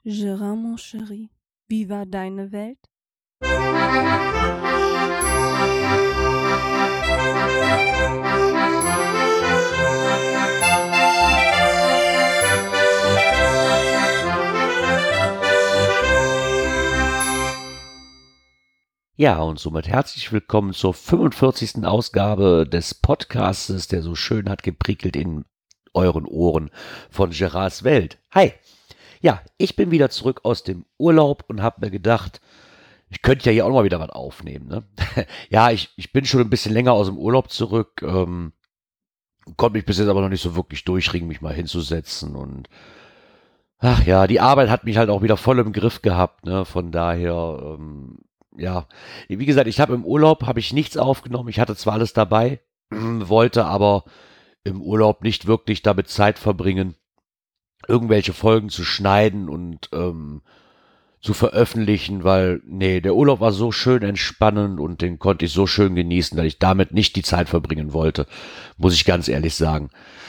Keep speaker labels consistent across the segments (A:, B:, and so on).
A: Gérard, mon chéri, wie war deine Welt?
B: Ja, und somit herzlich willkommen zur 45. Ausgabe des Podcastes, der so schön hat geprickelt in euren Ohren von Gérards Welt. Hi! Ja, ich bin wieder zurück aus dem Urlaub und habe mir gedacht, ich könnte ja hier auch noch mal wieder was aufnehmen. Ne? Ja, ich bin schon ein bisschen länger aus dem Urlaub zurück, konnte mich bis jetzt aber noch nicht so wirklich durchringen, mich mal hinzusetzen und ach ja, die Arbeit hat mich halt auch wieder voll im Griff gehabt, ne? Von daher, ja, wie gesagt, ich habe im Urlaub habe ich nichts aufgenommen. Ich hatte zwar alles dabei, wollte aber im Urlaub nicht wirklich damit Zeit verbringen, irgendwelche Folgen zu schneiden und zu veröffentlichen, weil, nee, der Urlaub war so schön entspannend und den konnte ich so schön genießen, dass ich damit nicht die Zeit verbringen wollte, muss ich ganz ehrlich sagen.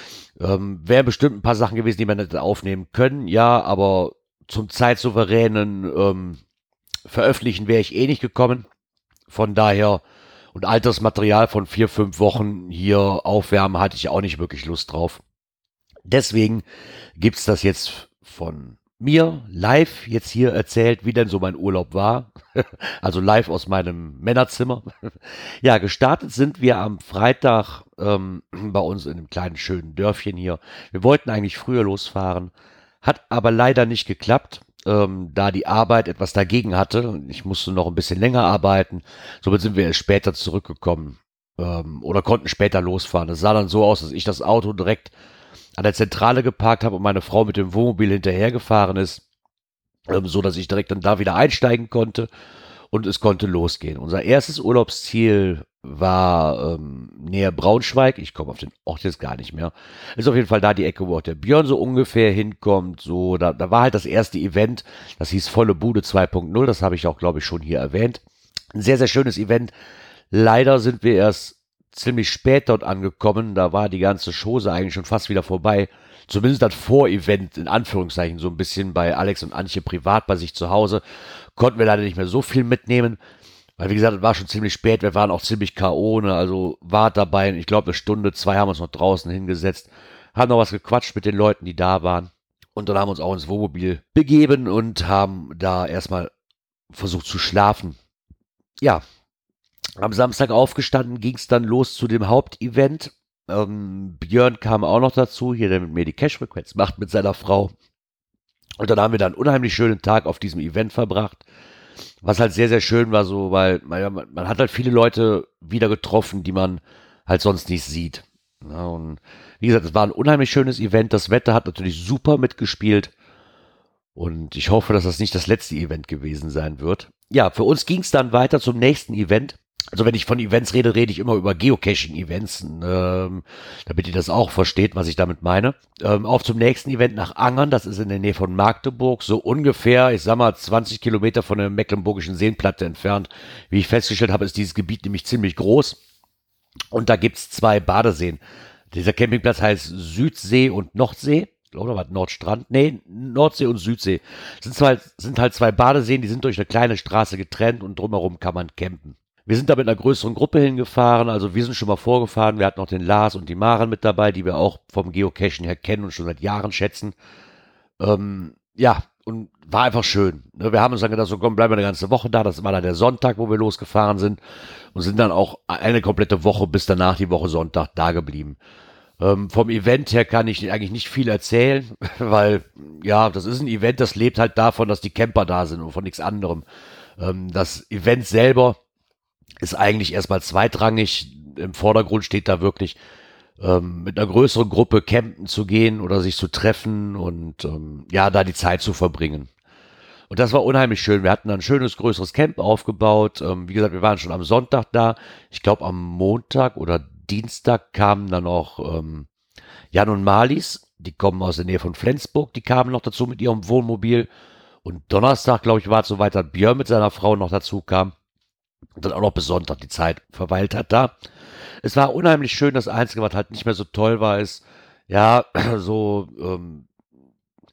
B: Wären bestimmt ein paar Sachen gewesen, die man hätte aufnehmen können, ja, aber zum zeitsouveränen Veröffentlichen wäre ich eh nicht gekommen. Von daher und altes Material von 4, 5 Wochen hier aufwärmen hatte ich auch nicht wirklich Lust drauf. Deswegen gibt's das jetzt von mir live jetzt hier erzählt, wie denn so mein Urlaub war. Also live aus meinem Männerzimmer. Ja, gestartet sind wir am Freitag bei uns in einem kleinen schönen Dörfchen hier. Wir wollten eigentlich früher losfahren, hat aber leider nicht geklappt, da die Arbeit etwas dagegen hatte. Und ich musste noch ein bisschen länger arbeiten. Somit sind wir erst später zurückgekommen oder konnten später losfahren. Es sah dann so aus, dass ich das Auto direkt an der Zentrale geparkt habe und meine Frau mit dem Wohnmobil hinterhergefahren ist, so dass ich direkt dann da wieder einsteigen konnte und es konnte losgehen. Unser erstes Urlaubsziel war näher Braunschweig. Ich komme auf den Ort jetzt gar nicht mehr. Ist auf jeden Fall da die Ecke, wo auch der Björn so ungefähr hinkommt. So, da war halt das erste Event. Das hieß Volle Bude 2.0. Das habe ich auch, glaube ich, schon hier erwähnt. Ein sehr, sehr schönes Event. Leider sind wir erst ziemlich spät dort angekommen. Da war die ganze Chose eigentlich schon fast wieder vorbei. Zumindest das Vorevent, in Anführungszeichen, so ein bisschen bei Alex und Antje privat bei sich zu Hause. Konnten wir leider nicht mehr so viel mitnehmen. Weil, wie gesagt, es war schon ziemlich spät. Wir waren auch ziemlich K.O., ne? Also war dabei. Ich glaube, 1 Stunde, 2 haben wir uns noch draußen hingesetzt. Haben noch was gequatscht mit den Leuten, die da waren. Und dann haben wir uns auch ins Wohnmobil begeben und haben da erstmal versucht zu schlafen. Ja, am Samstag aufgestanden, ging es dann los zu dem Hauptevent. Björn kam auch noch dazu, hier der mit mir die Cash-Frequenz macht mit seiner Frau. Und dann haben wir dann einen unheimlich schönen Tag auf diesem Event verbracht. Was halt sehr, sehr schön war, so, weil man hat halt viele Leute wieder getroffen, die man halt sonst nicht sieht. Ja, und wie gesagt, es war ein unheimlich schönes Event. Das Wetter hat natürlich super mitgespielt. Und ich hoffe, dass das nicht das letzte Event gewesen sein wird. Ja, für uns ging es dann weiter zum nächsten Event. Also wenn ich von Events rede, rede ich immer über Geocaching-Events, damit ihr das auch versteht, was ich damit meine. Auf zum nächsten Event nach Angern, das ist in der Nähe von Magdeburg, so ungefähr, ich sag mal, 20 Kilometer von der Mecklenburgischen Seenplatte entfernt. Wie ich festgestellt habe, ist dieses Gebiet nämlich ziemlich groß und da gibt's 2 Badeseen. Dieser Campingplatz heißt Südsee und Nordsee. Oder was? Nordstrand? Nee, Nordsee und Südsee. Sind halt 2 Badeseen, die sind durch eine kleine Straße getrennt und drumherum kann man campen. Wir sind da mit einer größeren Gruppe hingefahren, also wir sind schon mal vorgefahren, wir hatten noch den Lars und die Maren mit dabei, die wir auch vom Geocachen her kennen und schon seit Jahren schätzen. Ja, und war einfach schön. Ne? Wir haben uns dann gedacht, so komm, bleiben wir eine ganze Woche da. Das war dann der Sonntag, wo wir losgefahren sind und sind dann auch eine komplette Woche bis danach die Woche Sonntag da geblieben. Vom Event her kann ich eigentlich nicht viel erzählen, weil ja, das ist ein Event, das lebt halt davon, dass die Camper da sind und von nichts anderem. Das Event selber ist eigentlich erstmal zweitrangig. Im Vordergrund steht da wirklich mit einer größeren Gruppe campen zu gehen oder sich zu treffen und ja, da die Zeit zu verbringen. Und das war unheimlich schön. Wir hatten ein schönes, größeres Camp aufgebaut. Wie gesagt, wir waren schon am Sonntag da. Ich glaube, am Montag oder Dienstag kamen dann noch Jan und Marlies. Die kommen aus der Nähe von Flensburg. Die kamen noch dazu mit ihrem Wohnmobil. Und Donnerstag, glaube ich, war es soweit, dass Björn mit seiner Frau noch dazu kam. Und dann auch noch bis Sonntag die Zeit verweilt hat da. Es war unheimlich schön. Das Einzige, was halt nicht mehr so toll war, ist, ja, so,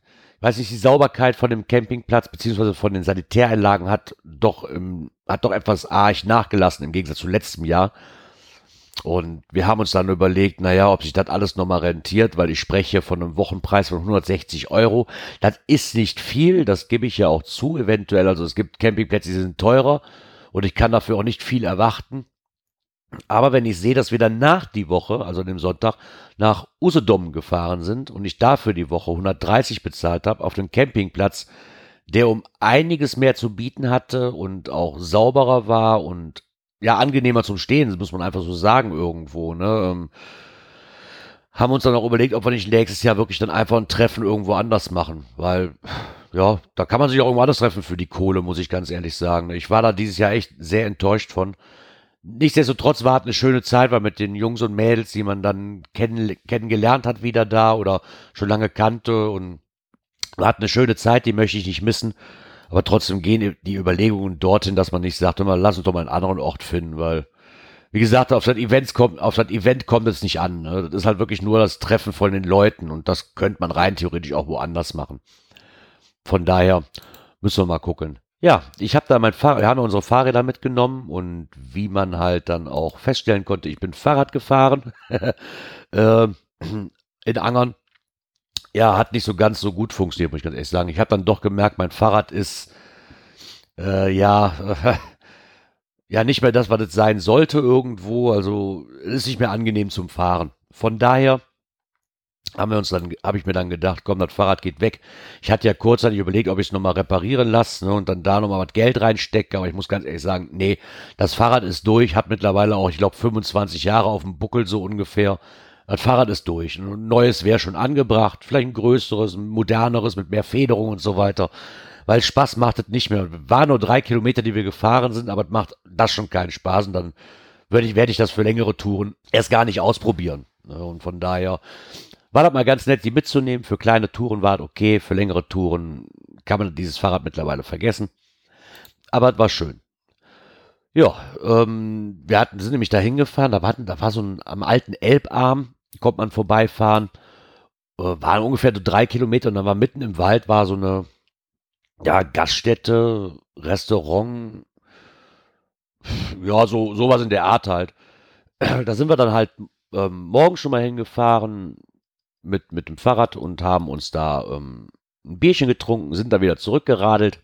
B: weiß nicht, die Sauberkeit von dem Campingplatz beziehungsweise von den Sanitäreinlagen hat doch etwas arg nachgelassen im Gegensatz zu letztem Jahr. Und wir haben uns dann überlegt, naja, ob sich das alles nochmal rentiert, weil ich spreche hier von einem Wochenpreis von 160 Euro. Das ist nicht viel, das gebe ich ja auch zu, eventuell. Also es gibt Campingplätze, die sind teurer und ich kann dafür auch nicht viel erwarten. Aber wenn ich sehe, dass wir dann nach die Woche, also an dem Sonntag, nach Usedom gefahren sind und ich dafür die Woche 130 bezahlt habe auf dem Campingplatz, der um einiges mehr zu bieten hatte und auch sauberer war und ja, angenehmer zum Stehen, das muss man einfach so sagen irgendwo, ne? Haben uns dann auch überlegt, ob wir nicht nächstes Jahr wirklich dann einfach ein Treffen irgendwo anders machen, weil, ja, da kann man sich auch irgendwo anders treffen für die Kohle, muss ich ganz ehrlich sagen. Ich war da dieses Jahr echt sehr enttäuscht von. Nichtsdestotrotz war es eine schöne Zeit, weil mit den Jungs und Mädels, die man dann kennengelernt hat, wieder da oder schon lange kannte und wir hatten eine schöne Zeit, die möchte ich nicht missen. Aber trotzdem gehen die Überlegungen dorthin, dass man nicht sagt, immer, lass uns doch mal einen anderen Ort finden, weil, wie gesagt, auf das Event kommt es nicht an. Ne? Das ist halt wirklich nur das Treffen von den Leuten und das könnte man rein theoretisch auch woanders machen. Von daher müssen wir mal gucken. Ja, ich habe da wir haben unsere Fahrräder mitgenommen und wie man halt dann auch feststellen konnte, ich bin Fahrrad gefahren äh, in Angern. Ja, hat nicht so ganz so gut funktioniert, muss ich ganz ehrlich sagen. Ich habe dann doch gemerkt, mein Fahrrad ist ja ja nicht mehr das, was es sein sollte irgendwo. Also es ist nicht mehr angenehm zum Fahren. Von daher habe ich mir dann gedacht, komm, das Fahrrad geht weg. Ich hatte ja kurzzeitig überlegt, ob ich es nochmal reparieren lasse, ne, und dann da nochmal was Geld reinstecke, aber ich muss ganz ehrlich sagen, nee, das Fahrrad ist durch, hat mittlerweile auch, ich glaube, 25 Jahre auf dem Buckel so ungefähr. Das Fahrrad ist durch. Ein neues wäre schon angebracht, vielleicht ein größeres, ein moderneres mit mehr Federung und so weiter. Weil Spaß macht es nicht mehr. War nur 3 Kilometer, die wir gefahren sind, aber es macht das schon keinen Spaß und dann werde ich das für längere Touren erst gar nicht ausprobieren. Ne, und von daher war das mal ganz nett, die mitzunehmen. Für kleine Touren war es okay, für längere Touren kann man dieses Fahrrad mittlerweile vergessen. Aber es war schön. Ja, sind nämlich da hingefahren, da war so am alten Elbarm, konnte man vorbeifahren, waren ungefähr so 3 Kilometer und dann war mitten im Wald war so eine, ja, Gaststätte, Restaurant, ja, sowas in der Art halt. Da sind wir dann halt morgen schon mal hingefahren mit dem Fahrrad und haben uns da ein Bierchen getrunken, sind dann wieder zurückgeradelt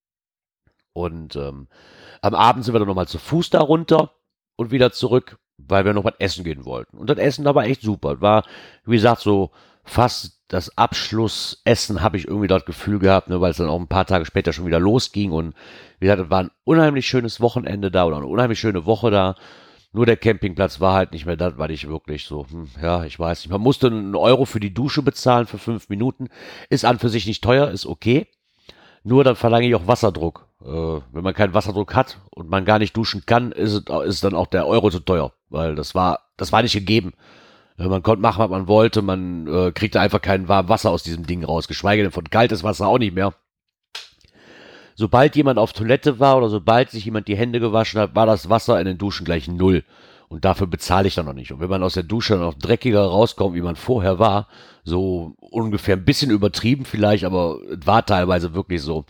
B: und am Abend sind wir dann nochmal zu Fuß da runter und wieder zurück, weil wir noch was essen gehen wollten. Und das Essen da war echt super. War, wie gesagt, so fast das Abschlussessen habe ich irgendwie dort Gefühl gehabt, ne, weil es dann auch ein paar Tage später schon wieder losging. Und wie gesagt, das war ein unheimlich schönes Wochenende da oder eine unheimlich schöne Woche da. Nur der Campingplatz war halt nicht mehr das, weil ich wirklich so, ja, ich weiß nicht. Man musste einen Euro für die Dusche bezahlen für 5 Minuten. Ist an für sich nicht teuer, ist okay. Nur dann verlange ich auch Wasserdruck. Wenn man keinen Wasserdruck hat und man gar nicht duschen kann, ist dann auch der Euro zu teuer, weil das war nicht gegeben. Man konnte machen, was man wollte, man kriegte einfach kein warmes Wasser aus diesem Ding raus, geschweige denn von kaltes Wasser auch nicht mehr. Sobald jemand auf Toilette war oder sobald sich jemand die Hände gewaschen hat, war das Wasser in den Duschen gleich null. Und dafür bezahle ich dann noch nicht. Und wenn man aus der Dusche noch dreckiger rauskommt, wie man vorher war, so ungefähr ein bisschen übertrieben vielleicht, aber es war teilweise wirklich so,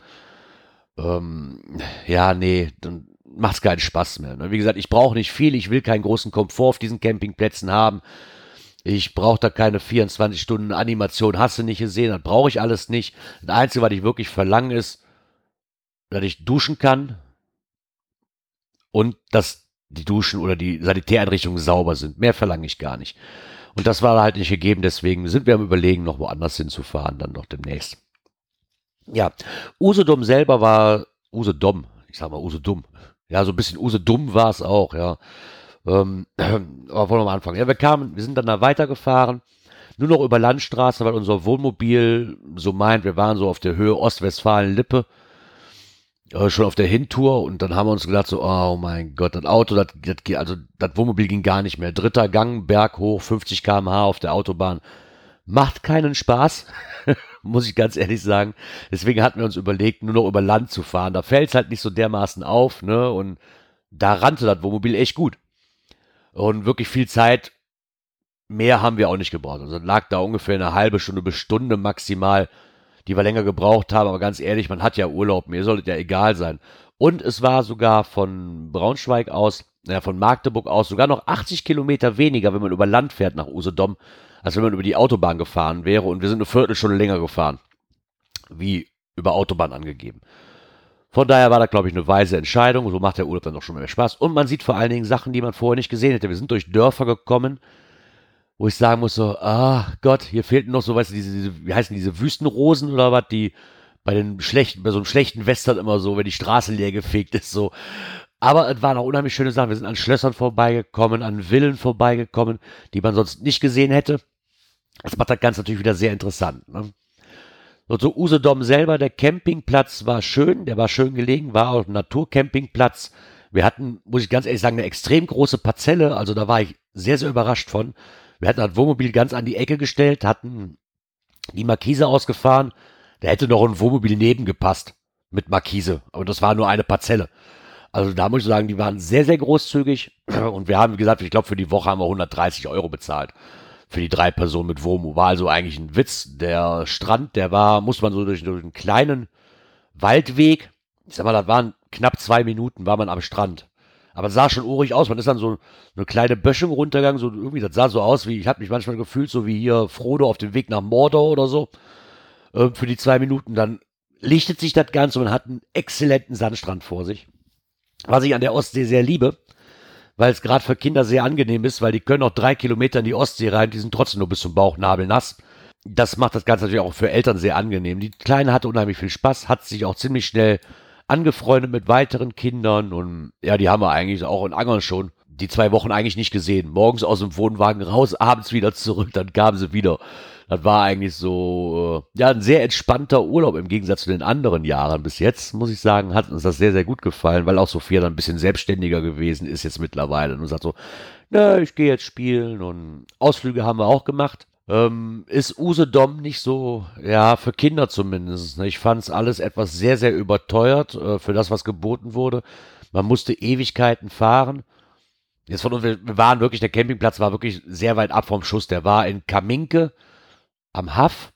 B: ja, nee, dann macht's keinen Spaß mehr. Ne? Wie gesagt, ich brauche nicht viel, ich will keinen großen Komfort auf diesen Campingplätzen haben. Ich brauche da keine 24 Stunden Animation, hast du nicht gesehen, das brauche ich alles nicht. Das Einzige, was ich wirklich verlange, ist, dass ich duschen kann und dass die Duschen oder die Sanitäreinrichtungen sauber sind. Mehr verlange ich gar nicht. Und das war halt nicht gegeben, deswegen sind wir am Überlegen, noch woanders hinzufahren, dann noch demnächst. Ja, Usedom selber war Usedom, ich sag mal Usedom. Ja, so ein bisschen Usedom war es auch, ja. Aber wollen wir mal anfangen. Ja, wir sind dann da weitergefahren, nur noch über Landstraße, weil unser Wohnmobil so meint, wir waren so auf der Höhe Ostwestfalen-Lippe, schon auf der Hintour und dann haben wir uns gedacht so, oh mein Gott, das Auto, also das Wohnmobil ging gar nicht mehr. 3. Gang, Berg hoch, 50 km/h auf der Autobahn. Macht keinen Spaß, muss ich ganz ehrlich sagen. Deswegen hatten wir uns überlegt, nur noch über Land zu fahren. Da fällt es halt nicht so dermaßen auf, ne? Und da rannte das Wohnmobil echt gut. Und wirklich viel Zeit, mehr haben wir auch nicht gebraucht. Also lag da ungefähr eine halbe Stunde bis Stunde maximal die wir länger gebraucht haben, aber ganz ehrlich, man hat ja Urlaub, mir sollte ja egal sein. Und es war sogar von Braunschweig aus, von Magdeburg aus, sogar noch 80 Kilometer weniger, wenn man über Land fährt nach Usedom, als wenn man über die Autobahn gefahren wäre. Und wir sind eine Viertelstunde länger gefahren, wie über Autobahn angegeben. Von daher war das, glaube ich, eine weise Entscheidung. So macht der Urlaub dann doch schon mehr Spaß. Und man sieht vor allen Dingen Sachen, die man vorher nicht gesehen hätte. Wir sind durch Dörfer gekommen, wo ich sagen muss so, Gott, hier fehlten noch so, weißt du, wie heißen diese Wüstenrosen oder was, die bei so einem schlechten Western immer so, wenn die Straße leer gefegt ist, so. Aber es waren auch unheimlich schöne Sachen. Wir sind an Schlössern vorbeigekommen, an Villen vorbeigekommen, die man sonst nicht gesehen hätte. Das macht das Ganze natürlich wieder sehr interessant, ne? Und so Usedom selber, der Campingplatz war schön, der war schön gelegen, war auch ein Naturcampingplatz. Wir hatten, muss ich ganz ehrlich sagen, eine extrem große Parzelle, also da war ich sehr, sehr überrascht von. Wir hatten das Wohnmobil ganz an die Ecke gestellt, hatten die Markise ausgefahren, da hätte noch ein Wohnmobil neben gepasst mit Markise, aber das war nur eine Parzelle. Also da muss ich sagen, die waren sehr, sehr großzügig und wir haben, wie gesagt, ich glaube für die Woche haben wir 130 Euro bezahlt. Für die 3 Personen mit Womo. War also eigentlich ein Witz. Der Strand, musste man so durch einen kleinen Waldweg, ich sag mal, das waren knapp 2 Minuten, war man am Strand. Aber es sah schon urig aus. Man ist dann so eine kleine Böschung runtergegangen, so irgendwie, das sah so aus wie, ich habe mich manchmal gefühlt, so wie hier Frodo auf dem Weg nach Mordor oder so. Für die 2 Minuten. Dann lichtet sich das Ganze und man hat einen exzellenten Sandstrand vor sich. Was ich an der Ostsee sehr liebe, weil es gerade für Kinder sehr angenehm ist, weil die können auch 3 Kilometer in die Ostsee rein, die sind trotzdem nur bis zum Bauchnabel nass. Das macht das Ganze natürlich auch für Eltern sehr angenehm. Die Kleine hatte unheimlich viel Spaß, hat sich auch ziemlich schnell angefreundet mit weiteren Kindern und ja, die haben wir eigentlich auch in Angern schon die 2 Wochen eigentlich nicht gesehen. Morgens aus dem Wohnwagen raus, abends wieder zurück, dann kamen sie wieder. Das war eigentlich so, ein sehr entspannter Urlaub im Gegensatz zu den anderen Jahren. Bis jetzt, muss ich sagen, hat uns das sehr, sehr gut gefallen, weil auch Sophia dann ein bisschen selbstständiger gewesen ist jetzt mittlerweile und sagt so, ich gehe jetzt spielen und Ausflüge haben wir auch gemacht. Ist Usedom nicht so, für Kinder zumindest. Ne? Ich fand es alles etwas sehr, sehr überteuert für das, was geboten wurde. Man musste Ewigkeiten fahren. Jetzt von uns, wir waren wirklich, der Campingplatz war wirklich sehr weit ab vom Schuss. Der war in Kaminke am Haff.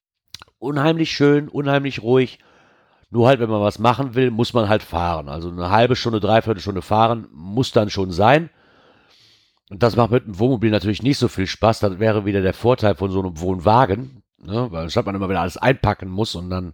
B: Unheimlich schön, unheimlich ruhig. Nur halt, wenn man was machen will, muss man halt fahren. Also eine halbe Stunde, 3/4 Stunde fahren muss dann schon sein. Und das macht mit dem Wohnmobil natürlich nicht so viel Spaß. Das wäre wieder der Vorteil von so einem Wohnwagen, ne? Weil statt man immer wieder alles einpacken muss und dann,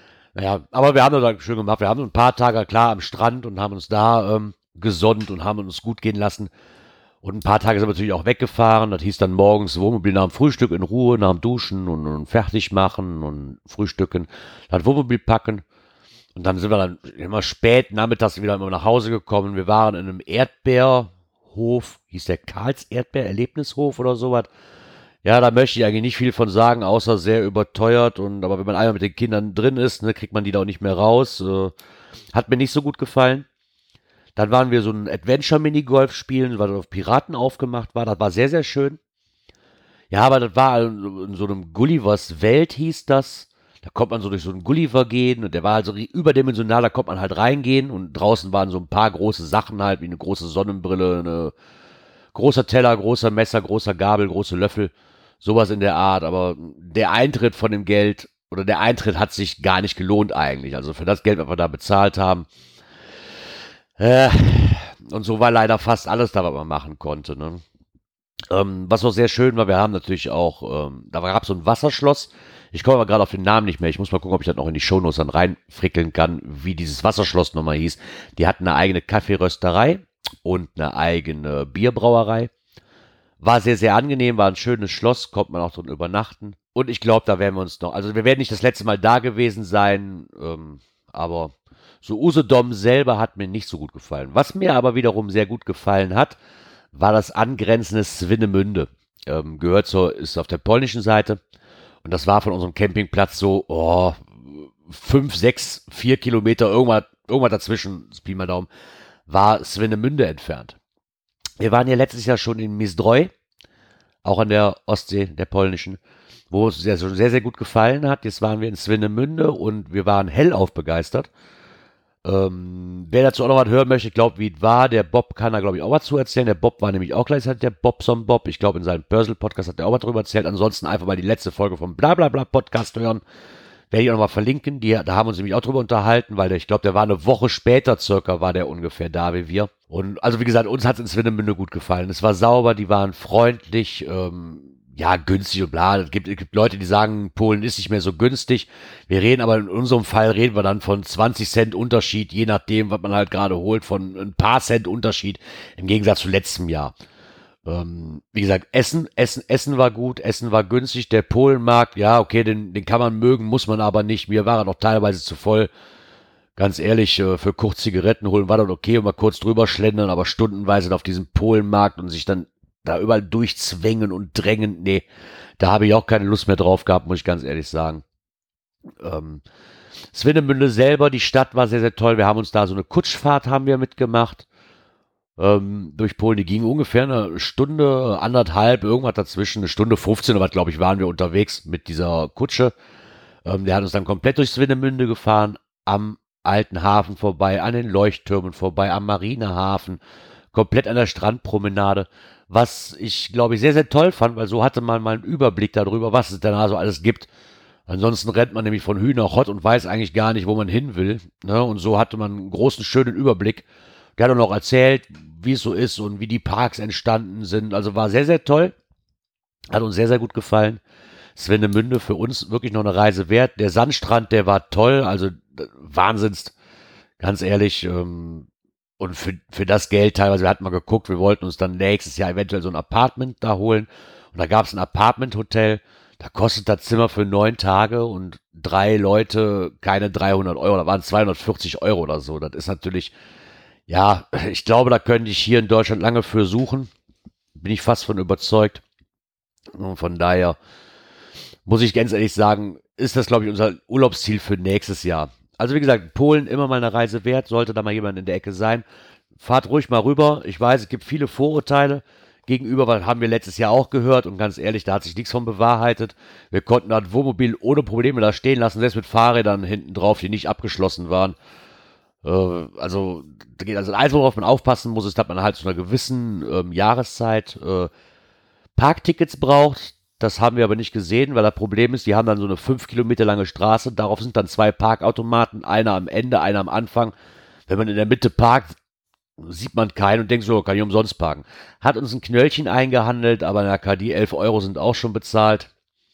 B: aber wir haben das schön gemacht. Wir haben ein paar Tage klar am Strand und haben uns da gesonnt und haben uns gut gehen lassen. Und ein paar Tage sind wir natürlich auch weggefahren. Das hieß dann morgens Wohnmobil nach dem Frühstück in Ruhe, nach dem Duschen und fertig machen und frühstücken, dann Wohnmobil packen. Und dann sind wir dann immer spät nachmittags wieder immer nach Hause gekommen. Wir waren in einem Erdbeerhof, hieß der Karls Erdbeer-Erlebnishof oder sowas. Ja, da möchte ich eigentlich nicht viel von sagen, außer sehr überteuert. Aber wenn man einmal mit den Kindern drin ist, ne, kriegt man die da auch nicht mehr raus. Hat mir nicht so gut gefallen. Dann waren wir so ein Adventure-Minigolf spielen, weil das auf Piraten aufgemacht war. Das war sehr, sehr schön. Ja, aber das war in so einem Gullivers Welt, hieß das. Da konnte man so durch so einen Gulliver gehen und der war halt so überdimensional, da konnte man halt reingehen und draußen waren so ein paar große Sachen halt, wie eine große Sonnenbrille, eine großer Teller, großer Messer, großer Gabel, große Löffel, sowas in der Art. Aber der Eintritt von dem Geld oder der Eintritt hat sich gar nicht gelohnt eigentlich. Also für das Geld, was wir da bezahlt haben, und so war leider fast alles da, was man machen konnte. Ne? Was noch sehr schön war, wir haben natürlich auch, da gab es so ein Wasserschloss. Ich komme aber gerade auf den Namen nicht mehr. Ich muss mal gucken, ob ich das noch in die Shownotes dann reinfrickeln kann, wie dieses Wasserschloss nochmal hieß. Die hatten eine eigene Kaffeerösterei und eine eigene Bierbrauerei. War sehr, sehr angenehm, war ein schönes Schloss, konnte man auch drin übernachten. Und ich glaube, da werden wir uns noch, also wir werden nicht das letzte Mal da gewesen sein, aber so Usedom selber hat mir nicht so gut gefallen. Was mir aber wiederum sehr gut gefallen hat, war das angrenzende Swinemünde. Ist auf der polnischen Seite. Und das war von unserem Campingplatz so 5, 6, 4 Kilometer, irgendwas dazwischen, Pi mal Daumen, war Swinemünde entfernt. Wir waren ja letztes Jahr schon in Mizdroj, auch an der Ostsee, der polnischen, wo es schon sehr, sehr gut gefallen hat. Jetzt waren wir in Swinemünde und wir waren hellauf begeistert. Wer dazu auch noch was hören möchte, glaubt, wie es war, der Bob kann da, glaube ich, auch was zu erzählen. Der Bob war nämlich auch gleichzeitig der Bobson Bob. Ich glaube, in seinem Börsel-Podcast hat er auch was darüber erzählt. Ansonsten einfach mal die letzte Folge vom Blablabla-Podcast hören. Werde ich auch nochmal verlinken. Da haben wir uns nämlich auch drüber unterhalten, weil ich glaube, der war eine Woche später circa, war der ungefähr da wie wir. Und also wie gesagt, uns hat es in Swinemünde gut gefallen. Es war sauber, die waren freundlich, ja, günstig und bla. Es gibt Leute, die sagen, Polen ist nicht mehr so günstig. Wir reden aber in unserem Fall, reden wir dann von 20 Cent Unterschied, je nachdem, was man halt gerade holt, von ein paar Cent Unterschied im Gegensatz zu letztem Jahr. Wie gesagt, Essen war gut, Essen war günstig. Der Polenmarkt, ja, okay, den kann man mögen, muss man aber nicht. Mir war er noch teilweise zu voll. Ganz ehrlich, für kurz Zigaretten holen war das okay und mal kurz drüber schlendern, aber stundenweise auf diesem Polenmarkt und sich dann da überall durchzwängen und drängen, nee, da habe ich auch keine Lust mehr drauf gehabt, muss ich ganz ehrlich sagen. Swinemünde selber, die Stadt war sehr, sehr toll. Wir haben uns da so eine Kutschfahrt haben wir mitgemacht. Durch Polen, die ging ungefähr eine Stunde, anderthalb, irgendwas dazwischen, eine Stunde 15 oder was, glaube ich, waren wir unterwegs mit dieser Kutsche. Der hat uns dann komplett durch Swinemünde gefahren, am alten Hafen vorbei, an den Leuchttürmen vorbei, am Marinehafen, komplett an der Strandpromenade, was ich, glaube ich, sehr, sehr toll fand, weil so hatte man mal einen Überblick darüber, was es da so alles gibt. Ansonsten rennt man nämlich von Hühnerhott und weiß eigentlich gar nicht, wo man hin will. Ne? Und so hatte man einen großen, schönen Überblick. Der hat auch noch erzählt, wie es so ist und wie die Parks entstanden sind. Also war sehr, sehr toll. Hat uns sehr, sehr gut gefallen. Swinemünde für uns wirklich noch eine Reise wert. Der Sandstrand, der war toll. Also Wahnsinns, ganz ehrlich. Und für das Geld teilweise, wir hatten mal geguckt, wir wollten uns dann nächstes Jahr eventuell so ein Apartment da holen. Und da gab es ein Apartment-Hotel. Da kostet das Zimmer für 9 Tage und 3 Leute keine 300 Euro. Da waren 240 Euro oder so. Das ist natürlich, ja, ich glaube, da könnte ich hier in Deutschland lange für suchen. Bin ich fast von überzeugt. Und von daher muss ich ganz ehrlich sagen, ist das, glaube ich, unser Urlaubsziel für nächstes Jahr. Also wie gesagt, Polen immer mal eine Reise wert, sollte da mal jemand in der Ecke sein. Fahrt ruhig mal rüber. Ich weiß, es gibt viele Vorurteile gegenüber, was haben wir letztes Jahr auch gehört und ganz ehrlich, da hat sich nichts von bewahrheitet. Wir konnten das Wohnmobil ohne Probleme da stehen lassen, selbst mit Fahrrädern hinten drauf, die nicht abgeschlossen waren. Also das Einzige, worauf man aufpassen muss, ist, dass man halt zu einer gewissen Jahreszeit Parktickets braucht. Das haben wir aber nicht gesehen, weil das Problem ist, die haben dann so eine 5 Kilometer lange Straße. Darauf sind dann 2 Parkautomaten, einer am Ende, einer am Anfang. Wenn man in der Mitte parkt, sieht man keinen und denkt so, kann ich umsonst parken. Hat uns ein Knöllchen eingehandelt, aber na klar, die 11 Euro sind auch schon bezahlt.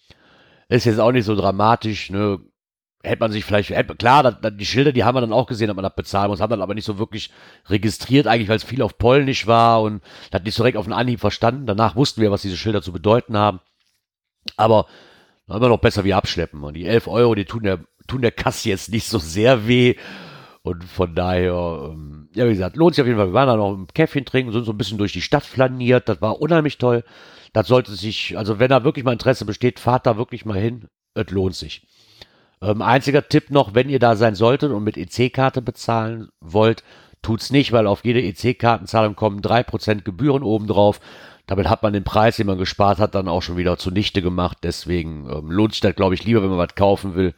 B: Ist jetzt auch nicht so dramatisch, ne? Hätte man sich vielleicht, klar, die Schilder, die haben wir dann auch gesehen, dass man das bezahlen muss, haben dann aber nicht so wirklich registriert, eigentlich, weil es viel auf Polnisch war und das nicht so direkt auf den Anhieb verstanden. Danach wussten wir, was diese Schilder zu bedeuten haben. Aber immer noch besser wie abschleppen. Und die 11 Euro, die tun der Kasse jetzt nicht so sehr weh. Und von daher, ja, wie gesagt, lohnt sich auf jeden Fall. Wir waren da noch ein Käffchen trinken, sind so ein bisschen durch die Stadt flaniert. Das war unheimlich toll. Das sollte sich, also wenn da wirklich mal Interesse besteht, fahrt da wirklich mal hin. Es lohnt sich. Einziger Tipp noch, wenn ihr da sein solltet und mit EC-Karte bezahlen wollt, tut's nicht, weil auf jede EC-Kartenzahlung kommen 3% Gebühren obendrauf. Damit hat man den Preis, den man gespart hat, dann auch schon wieder zunichte gemacht. Deswegen lohnt sich das, glaube ich, lieber, wenn man was kaufen will.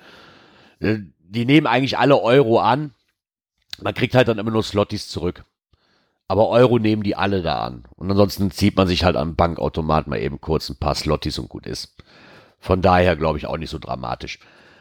B: Die nehmen eigentlich alle Euro an. Man kriegt halt dann immer nur Slotties zurück. Aber Euro nehmen die alle da an. Und ansonsten zieht man sich halt am Bankautomat mal eben kurz ein paar Slotties und gut ist. Von daher, glaube ich, auch nicht so dramatisch.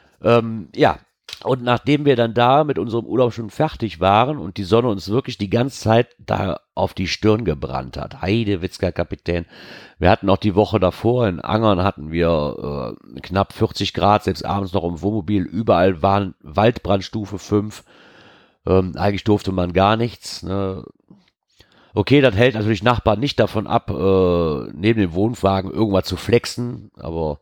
B: Ja, und nachdem wir dann da mit unserem Urlaub schon fertig waren und die Sonne uns wirklich die ganze Zeit da auf die Stirn gebrannt hat, Heidewitzka Kapitän, wir hatten auch die Woche davor in Angern hatten wir knapp 40 Grad, selbst abends noch im Wohnmobil, überall waren Waldbrandstufe 5, eigentlich durfte man gar nichts, ne? Okay, das hält natürlich Nachbarn nicht davon ab, neben dem Wohnwagen irgendwas zu flexen, aber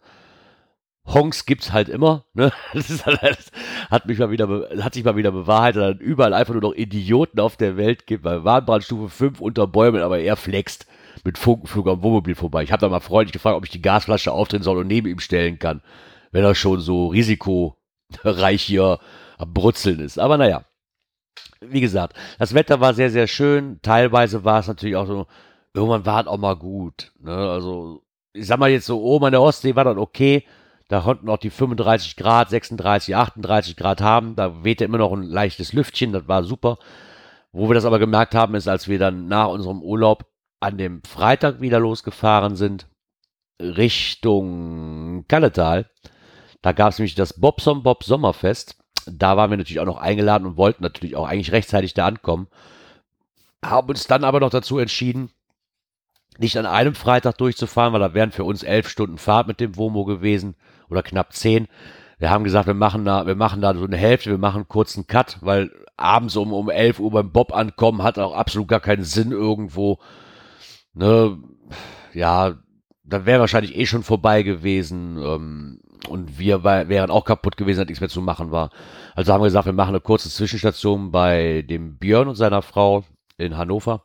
B: Honks gibt's halt immer, ne? Das ist halt, hat sich mal wieder bewahrheitet, dass es überall einfach nur noch Idioten auf der Welt gibt, weil Warnbrandstufe 5 unter Bäumen, aber er flext mit Funkenflug am Wohnmobil vorbei. Ich habe da mal freundlich gefragt, ob ich die Gasflasche aufdrehen soll und neben ihm stellen kann, wenn er schon so risikoreich hier am Brutzeln ist. Aber naja, wie gesagt, das Wetter war sehr, sehr schön. Teilweise war es natürlich auch so, irgendwann war es auch mal gut, ne? Also, ich sag mal jetzt so, oben an der Ostsee war das okay. Da konnten auch die 35 Grad, 36, 38 Grad haben. Da wehte immer noch ein leichtes Lüftchen. Das war super. Wo wir das aber gemerkt haben, ist, als wir dann nach unserem Urlaub an dem Freitag wieder losgefahren sind, Richtung Kalletal. Da gab es nämlich das Bobson Bob Sommerfest. Da waren wir natürlich auch noch eingeladen und wollten natürlich auch eigentlich rechtzeitig da ankommen. Haben uns dann aber noch dazu entschieden, nicht an einem Freitag durchzufahren, weil da wären für uns 11 Stunden Fahrt mit dem Womo gewesen oder knapp 10. Wir haben gesagt, wir machen da so eine Hälfte, wir machen einen kurzen Cut, weil abends um 11 Uhr beim Bob ankommen hat auch absolut gar keinen Sinn irgendwo. Ne? Ja, dann wäre wahrscheinlich eh schon vorbei gewesen und wir wären auch kaputt gewesen, dass nichts mehr zu machen war. Also haben wir gesagt, wir machen eine kurze Zwischenstation bei dem Björn und seiner Frau in Hannover,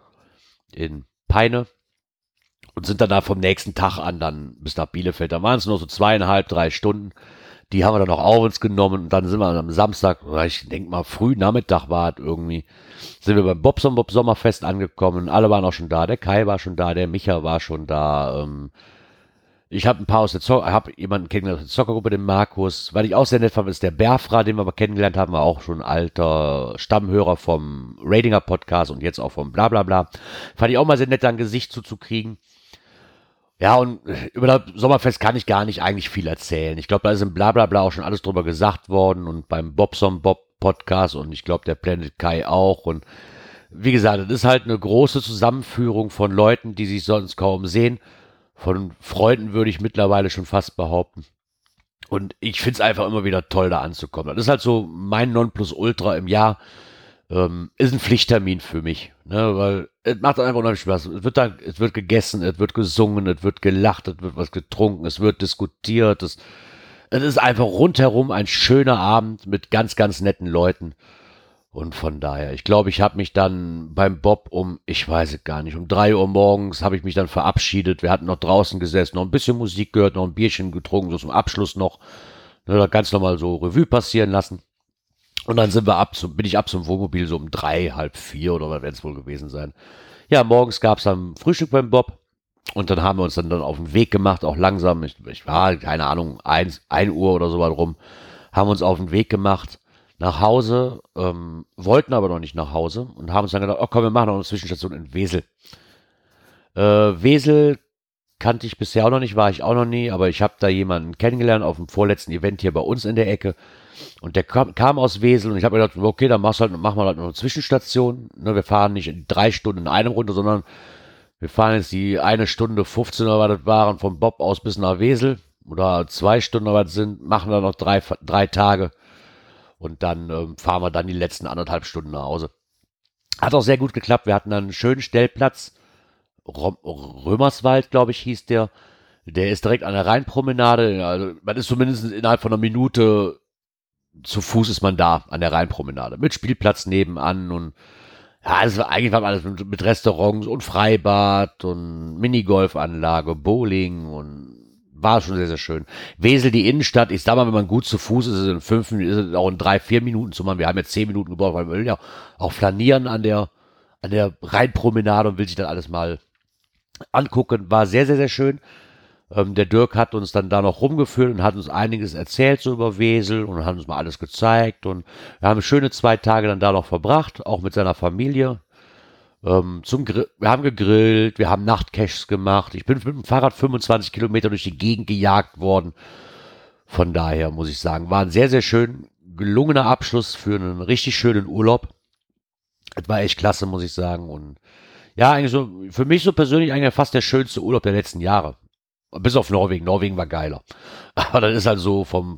B: in Peine und sind dann da vom nächsten Tag an dann bis nach Bielefeld. Da waren es nur so 2,5, 3 Stunden. Die haben wir dann auch auf uns genommen und dann sind wir am Samstag, oder ich denke mal früh Nachmittag war es irgendwie, sind wir beim Bobson Bob Sommerfest angekommen. Alle waren auch schon da. Der Kai war schon da, der Micha war schon da. Ich habe ein paar aus der jemanden kennengelernt aus der Zockergruppe, den Markus. Was ich auch sehr nett fand, ist der Berfra, den wir aber kennengelernt haben, war auch schon ein alter Stammhörer vom Ratinger Podcast und jetzt auch vom Blablabla. Fand ich auch mal sehr nett, da ein Gesicht zuzukriegen. Ja, und über das Sommerfest kann ich gar nicht eigentlich viel erzählen. Ich glaube, da ist im Blablabla auch schon alles drüber gesagt worden und beim Bobson Bob Podcast und ich glaube, der Planet Kai auch. Und wie gesagt, das ist halt eine große Zusammenführung von Leuten, die sich sonst kaum sehen. Von Freunden würde ich mittlerweile schon fast behaupten. Und ich finde es einfach immer wieder toll, da anzukommen. Das ist halt so mein Nonplusultra im Jahr. Ist ein Pflichttermin für mich, ne, weil es macht einfach unheimlich Spaß. Es wird gegessen, es wird gesungen, es wird gelacht, es wird was getrunken, es wird diskutiert. Es ist einfach rundherum ein schöner Abend mit ganz, ganz netten Leuten. Und von daher, ich glaube, ich habe mich dann beim Bob ich weiß es gar nicht, um 3 Uhr morgens habe ich mich dann verabschiedet. Wir hatten noch draußen gesessen, noch ein bisschen Musik gehört, noch ein Bierchen getrunken, so zum Abschluss noch. Ne, ganz normal so Revue passieren lassen. Und dann bin ich ab zum Wohnmobil so um 3, halb 4 oder was wird es wohl gewesen sein. Ja, morgens gab es dann Frühstück beim Bob und dann haben wir uns dann auf den Weg gemacht, auch langsam. Ich war, keine Ahnung, 1 Uhr oder so weit rum, haben uns auf den Weg gemacht nach Hause, wollten aber noch nicht nach Hause und haben uns dann gedacht, oh komm, wir machen noch eine Zwischenstation in Wesel. Wesel kannte ich bisher auch noch nicht, war ich auch noch nie, aber ich habe da jemanden kennengelernt auf dem vorletzten Event hier bei uns in der Ecke. Und der kam aus Wesel und ich habe mir gedacht, okay, dann machen wir halt noch eine Zwischenstation. Ne, wir fahren nicht in 3 Stunden in einem Runde, sondern wir fahren jetzt die 1:15 oder was das waren, vom Bob aus bis nach Wesel. Oder 2 Stunden oder was sind, machen wir noch 3 Tage. Und dann fahren wir dann die letzten 1,5 Stunden nach Hause. Hat auch sehr gut geklappt. Wir hatten dann einen schönen Stellplatz. Römerswald, glaube ich, hieß der. Der ist direkt an der Rheinpromenade. Also man ist zumindest innerhalb von einer Minute zu Fuß ist man da an der Rheinpromenade. Mit Spielplatz nebenan und ja, eigentlich war alles mit Restaurants und Freibad und Minigolfanlage, Bowling und war schon sehr, sehr schön. Wesel, die Innenstadt, ich sag mal, wenn man gut zu Fuß ist, ist es in 5 Minuten, ist es auch in 3, 4 Minuten zu machen. Wir haben jetzt 10 Minuten gebraucht, weil wir will ja auch flanieren an der Rheinpromenade und will sich dann alles mal angucken. War sehr, sehr, sehr schön. Der Dirk hat uns dann da noch rumgeführt und hat uns einiges erzählt so über Wesel und hat uns mal alles gezeigt und wir haben schöne 2 Tage dann da noch verbracht, auch mit seiner Familie. Wir haben gegrillt, wir haben Nachtcaches gemacht. Ich bin mit dem Fahrrad 25 Kilometer durch die Gegend gejagt worden. Von daher muss ich sagen, war ein sehr, sehr schön gelungener Abschluss für einen richtig schönen Urlaub. Es war echt klasse, muss ich sagen. Und ja, eigentlich so, für mich so persönlich eigentlich fast der schönste Urlaub der letzten Jahre. Bis auf Norwegen. Norwegen war geiler. Aber das ist halt so von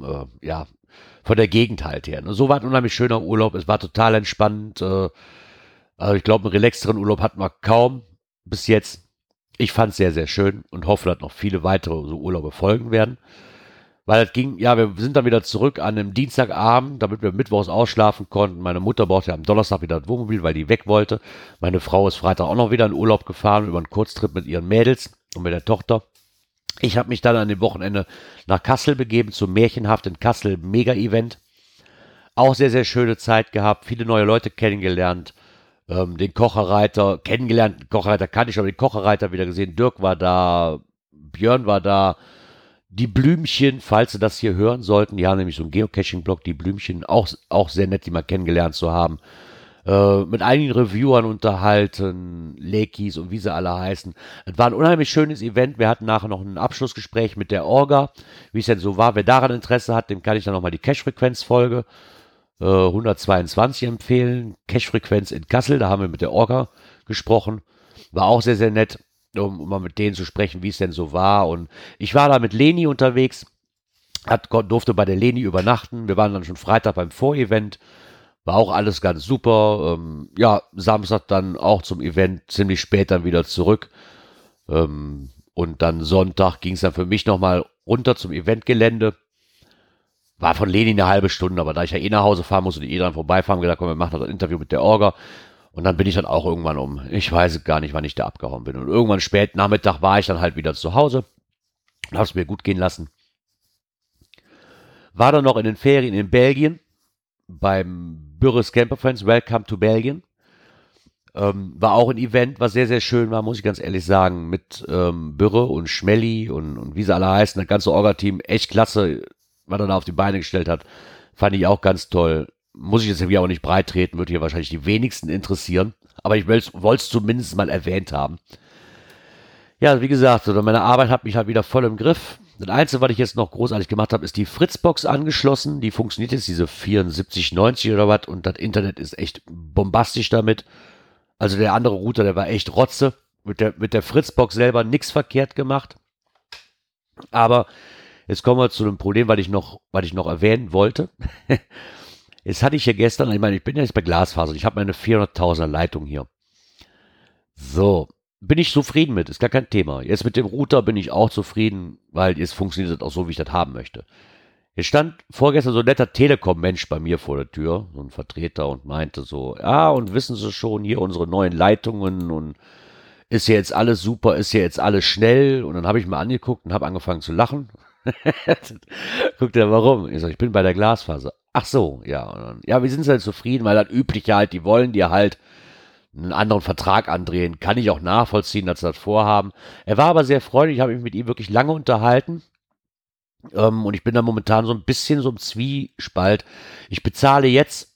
B: der Gegend halt her. Ne? So war ein unheimlich schöner Urlaub. Es war total entspannt. Also ich glaube, einen relaxteren Urlaub hatten wir kaum bis jetzt. Ich fand es sehr, sehr schön und hoffe, dass noch viele weitere so Urlaube folgen werden. Weil es ging, ja, wir sind dann wieder zurück an einem Dienstagabend, damit wir mittwochs ausschlafen konnten. Meine Mutter brauchte am Donnerstag wieder das Wohnmobil, weil die weg wollte. Meine Frau ist Freitag auch noch wieder in Urlaub gefahren, über einen Kurztrip mit ihren Mädels und mit der Tochter. Ich habe mich dann an dem Wochenende nach Kassel begeben, zum Märchenhaft in Kassel Mega-Event. Auch sehr, sehr schöne Zeit gehabt, viele neue Leute kennengelernt. Den Kocherreiter kennengelernt, Kocherreiter kannte ich, aber den Kocherreiter wieder gesehen. Dirk war da, Björn war da. Die Blümchen, falls Sie das hier hören sollten, die haben nämlich so einen Geocaching-Blog, die Blümchen, auch sehr nett, die mal kennengelernt zu haben. mit einigen Reviewern unterhalten, Lekis und wie sie alle heißen. Es war ein unheimlich schönes Event. Wir hatten nachher noch ein Abschlussgespräch mit der Orga, wie es denn so war. Wer daran Interesse hat, dem kann ich dann nochmal die Cache-Frequenz-Folge 122 empfehlen. Cache-Frequenz in Kassel, da haben wir mit der Orga gesprochen. War auch sehr, sehr nett, um mal mit denen zu sprechen, wie es denn so war. Und ich war da mit Leni unterwegs, durfte bei der Leni übernachten. Wir waren dann schon Freitag beim Vorevent. War auch alles ganz super. Ja, Samstag dann auch zum Event, ziemlich spät dann wieder zurück. Und dann Sonntag ging es dann für mich nochmal runter zum Eventgelände. War von Leni eine halbe Stunde, aber da ich ja eh nach Hause fahren musste und dran vorbeifahren, gedacht, komm, wir machen noch ein Interview mit der Orga. Und dann bin ich dann auch irgendwann ich weiß gar nicht, wann ich da abgehauen bin. Und irgendwann spät Nachmittag war ich dann halt wieder zu Hause und habe es mir gut gehen lassen. War dann noch in den Ferien in Belgien beim Bürres Camper Friends, Welcome to Belgien. War auch ein Event, was sehr, sehr schön war, muss ich ganz ehrlich sagen, mit Bürre und Schmelli und wie sie alle heißen, das ganze Orga-Team, echt klasse, was er da auf die Beine gestellt hat, fand ich auch ganz toll. Muss ich jetzt irgendwie auch nicht breit treten, würde hier wahrscheinlich die wenigsten interessieren, aber ich wollte es zumindest mal erwähnt haben. Ja, wie gesagt, meine Arbeit hat mich halt wieder voll im Griff. Das Einzige, was ich jetzt noch großartig gemacht habe, ist die Fritzbox angeschlossen. Die funktioniert jetzt, diese 7490 oder was, und das Internet ist echt bombastisch damit. Also der andere Router, der war echt Rotze. Mit der Fritzbox selber nichts verkehrt gemacht. Aber jetzt kommen wir zu einem Problem, was ich noch erwähnen wollte. Jetzt hatte ich ja gestern, ich meine, ich bin ja jetzt bei Glasfaser, ich habe meine 400.000er Leitung hier. So, bin ich zufrieden mit, ist gar kein Thema. Jetzt mit dem Router bin ich auch zufrieden, weil jetzt funktioniert das auch so, wie ich das haben möchte. Jetzt stand vorgestern so ein netter Telekom-Mensch bei mir vor der Tür, so ein Vertreter, und meinte so, ja, und wissen Sie schon, hier unsere neuen Leitungen und ist ja jetzt alles super, ist ja jetzt alles schnell. Und dann habe ich mir angeguckt und habe angefangen zu lachen. Guckt er, warum? Ich sage, ich bin bei der Glasfaser. Ach so, ja. Und dann, ja, wir sind halt zufrieden, weil das Übliche halt, die wollen dir halt einen anderen Vertrag andrehen. Kann ich auch nachvollziehen, dass sie das vorhaben. Er war aber sehr freundlich, ich habe mich mit ihm wirklich lange unterhalten. Und ich bin da momentan so ein bisschen so im Zwiespalt. Ich bezahle jetzt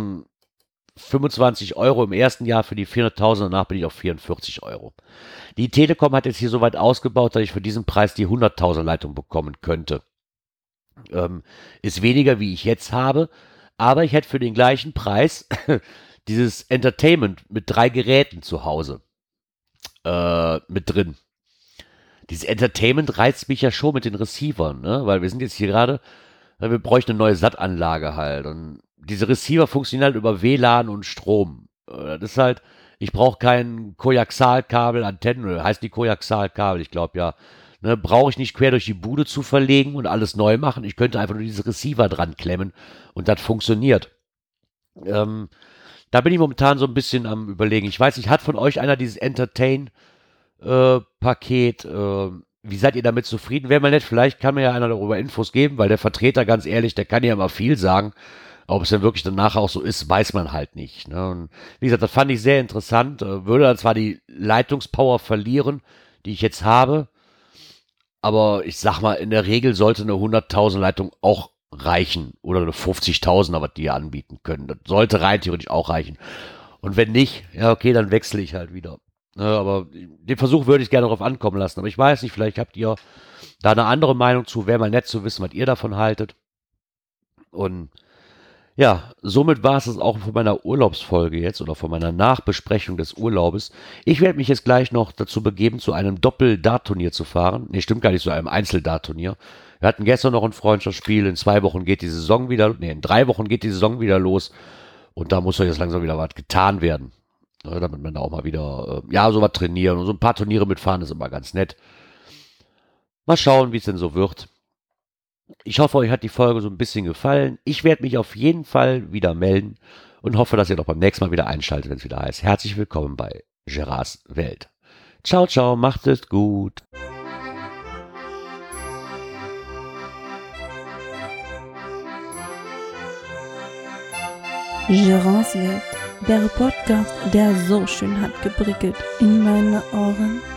B: 25 Euro im ersten Jahr für die 400.000, danach bin ich auf 44 Euro. Die Telekom hat jetzt hier so weit ausgebaut, dass ich für diesen Preis die 100.000 Leitung bekommen könnte. Ist weniger, wie ich jetzt habe, aber ich hätte für den gleichen Preis dieses Entertainment mit 3 Geräten zu Hause mit drin. Dieses Entertainment reizt mich ja schon mit den Receivern, ne? Weil wir sind jetzt hier gerade, wir bräuchten eine neue SAT-Anlage halt. Und diese Receiver funktionieren halt über WLAN und Strom. Das ist halt, ich brauche kein Koaxialkabel, Antennen, oder heißt die Koaxialkabel, ich glaube ja. Ne, brauche ich nicht quer durch die Bude zu verlegen und alles neu machen. Ich könnte einfach nur diese Receiver dran klemmen und das funktioniert. Da bin ich momentan so ein bisschen am Überlegen. Ich weiß nicht, hat von euch einer dieses Paket, wie seid ihr damit zufrieden? Wäre mal nett, vielleicht kann mir ja einer darüber Infos geben, weil der Vertreter, ganz ehrlich, der kann ja immer viel sagen. Ob es denn wirklich danach auch so ist, weiß man halt nicht. Ne? Und wie gesagt, das fand ich sehr interessant. Würde dann zwar die Leitungspower verlieren, die ich jetzt habe, aber ich sag mal, in der Regel sollte eine 100.000 Leitung auch reichen. Oder eine 50.000er, was die anbieten können. Das sollte rein theoretisch auch reichen. Und wenn nicht, ja okay, dann wechsle ich halt wieder. Aber den Versuch würde ich gerne darauf ankommen lassen. Aber ich weiß nicht, vielleicht habt ihr da eine andere Meinung zu. Wäre mal nett zu wissen, was ihr davon haltet. Und ja, somit war es auch von meiner Urlaubsfolge jetzt oder von meiner Nachbesprechung des Urlaubes. Ich werde mich jetzt gleich noch dazu begeben, zu einem Doppel-Dart-Turnier zu fahren. Nee, stimmt gar nicht, zu einem Einzel-Dart-Turnier. Wir hatten gestern noch ein Freundschaftsspiel. In 2 Wochen geht die Saison wieder, in 3 Wochen geht die Saison wieder los. Und da muss doch jetzt langsam wieder was getan werden. Ja, damit man da auch mal wieder, so was trainieren und so ein paar Turniere mitfahren ist immer ganz nett. Mal schauen, wie es denn so wird. Ich hoffe, euch hat die Folge so ein bisschen gefallen. Ich werde mich auf jeden Fall wieder melden und hoffe, dass ihr doch beim nächsten Mal wieder einschaltet, wenn es wieder heißt. Herzlich willkommen bei Gerards Welt. Ciao, ciao, macht es gut.
A: Gerards Welt, der Podcast, der so schön hat geprickelt in meine Ohren.